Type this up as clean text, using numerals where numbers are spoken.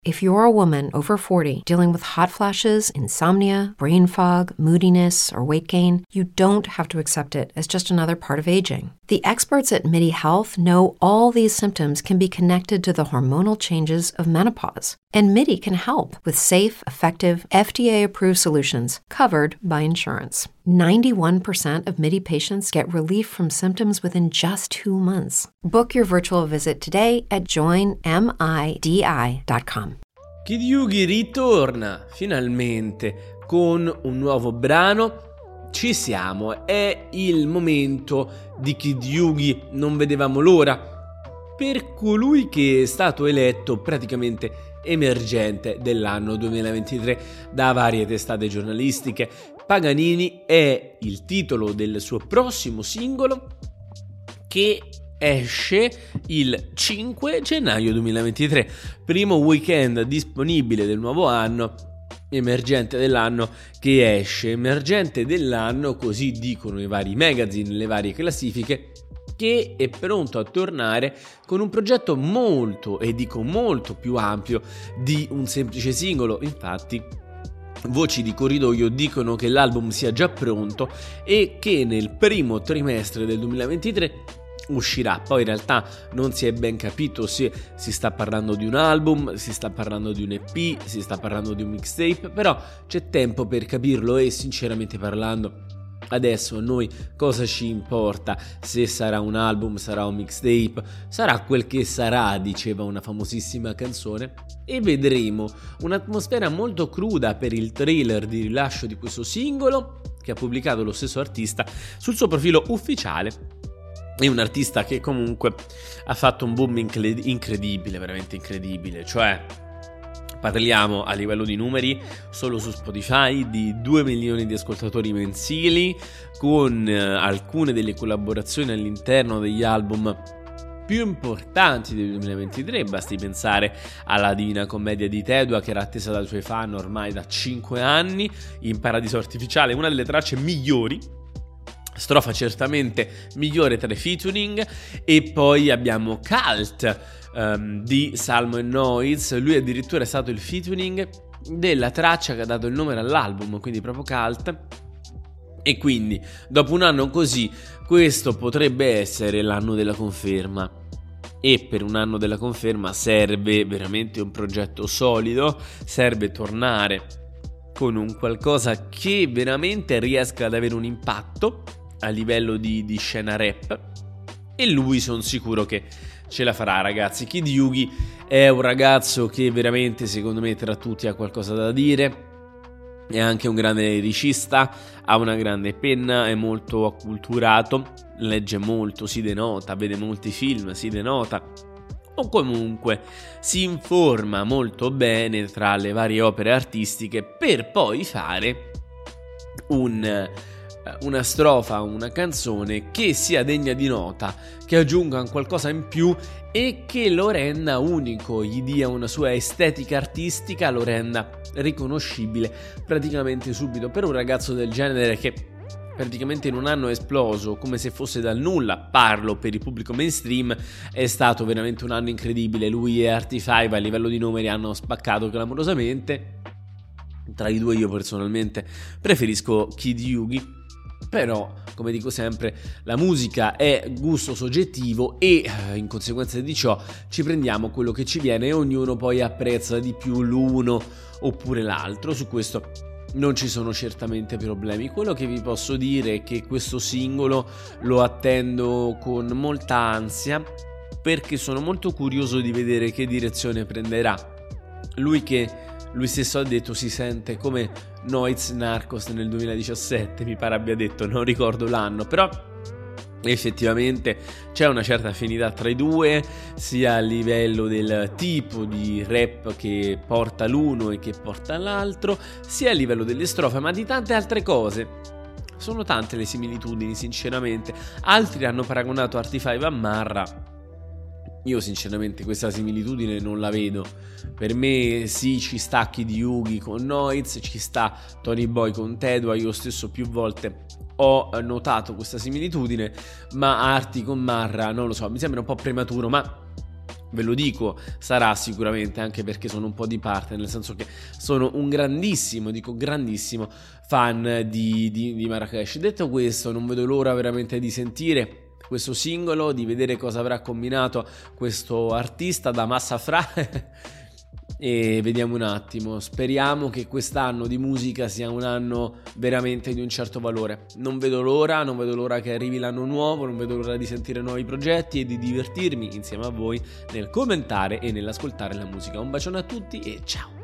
If you're a woman over 40 dealing with hot flashes, insomnia, brain fog, moodiness, or weight gain, you don't have to accept it as just another part of aging. The experts at MIDI Health know all these symptoms can be connected to the hormonal changes of menopause. And MIDI can help with safe, effective, FDA-approved solutions covered by insurance. 91% of MIDI patients get relief from symptoms within just 2 months. Book your virtual visit today at joinmidi.com. Kid Yugi ritorna finalmente con un nuovo brano. Ci siamo, è il momento di Kid Yugi, non vedevamo l'ora. Per colui che è stato eletto praticamente emergente dell'anno 2023 da varie testate giornalistiche, Paganini è il titolo del suo prossimo singolo che esce il 5 gennaio 2023, primo weekend disponibile del nuovo anno, emergente dell'anno che esce, emergente dell'anno, così dicono i vari magazine, le varie classifiche, che è pronto a tornare con un progetto molto, e dico molto più ampio di un semplice singolo. Infatti voci di corridoio dicono che l'album sia già pronto e che nel primo trimestre del 2023 uscirà. Poi in realtà non si è ben capito se si sta parlando di un album, si sta parlando di un EP, si sta parlando di un mixtape, però c'è tempo per capirlo e sinceramente parlando adesso a noi cosa ci importa se sarà un album, sarà un mixtape, sarà quel che sarà, diceva una famosissima canzone, e vedremo un'atmosfera molto cruda per il trailer di rilascio di questo singolo che ha pubblicato lo stesso artista sul suo profilo ufficiale. È un artista che comunque ha fatto un boom incredibile, veramente incredibile, cioè parliamo a livello di numeri solo su Spotify di 2 milioni di ascoltatori mensili, con alcune delle collaborazioni all'interno degli album più importanti del 2023. Basti pensare alla Divina Commedia di Tedua, che era attesa dai suoi fan ormai da 5 anni, in Paradiso Artificiale, una delle tracce migliori, strofa certamente migliore tra i featuring, e poi abbiamo Cult di Salmo e Noiz. Lui addirittura è stato il featuring della traccia che ha dato il nome all'album, quindi proprio Cult. E quindi dopo un anno così questo potrebbe essere l'anno della conferma, e per un anno della conferma serve veramente un progetto solido, serve tornare con un qualcosa che veramente riesca ad avere un impatto a livello di scena rap, e lui sono sicuro che ce la farà, ragazzi. Kid Yugi è un ragazzo che veramente, secondo me, tra tutti ha qualcosa da dire, è anche un grande liricista, ha una grande penna, è molto acculturato, legge molto, si denota, vede molti film, si denota, o comunque si informa molto bene tra le varie opere artistiche per poi fare una strofa, una canzone che sia degna di nota, che aggiunga qualcosa in più e che lo renda unico, gli dia una sua estetica artistica, lo renda riconoscibile praticamente subito. Per un ragazzo del genere che praticamente in un anno è esploso come se fosse dal nulla, parlo per il pubblico mainstream, è stato veramente un anno incredibile. Lui e Artie5 a livello di numeri hanno spaccato clamorosamente. Tra i due io personalmente preferisco Kid Yugi, però come dico sempre la musica è gusto soggettivo e in conseguenza di ciò ci prendiamo quello che ci viene e ognuno poi apprezza di più l'uno oppure l'altro. Su questo non ci sono certamente problemi. Quello che vi posso dire è che questo singolo lo attendo con molta ansia, perché sono molto curioso di vedere che direzione prenderà. Lui stesso ha detto si sente come Noiz Narcos nel 2017, mi pare abbia detto, non ricordo l'anno, però effettivamente c'è una certa affinità tra i due, sia a livello del tipo di rap che porta l'uno e che porta l'altro, sia a livello delle strofe, ma di tante altre cose. Sono tante le similitudini, sinceramente. Altri hanno paragonato Artie5 a Marra. Io sinceramente questa similitudine non la vedo. Per me sì, ci sta Kid Yugi con Noiz, ci sta Tony Boy con Tedua. Io stesso più volte ho notato questa similitudine, ma Artie con Marra non lo so, mi sembra un po' prematuro. Ma ve lo dico, sarà sicuramente anche perché sono un po' di parte, nel senso che sono un grandissimo fan di Marracash. Detto questo, non vedo l'ora veramente di sentire questo singolo, di vedere cosa avrà combinato questo artista da Massa Fra e vediamo un attimo. Speriamo che quest'anno di musica sia un anno veramente di un certo valore. Non vedo l'ora che arrivi l'anno nuovo, non vedo l'ora di sentire nuovi progetti e di divertirmi insieme a voi nel commentare e nell'ascoltare la musica. Un bacione a tutti e ciao!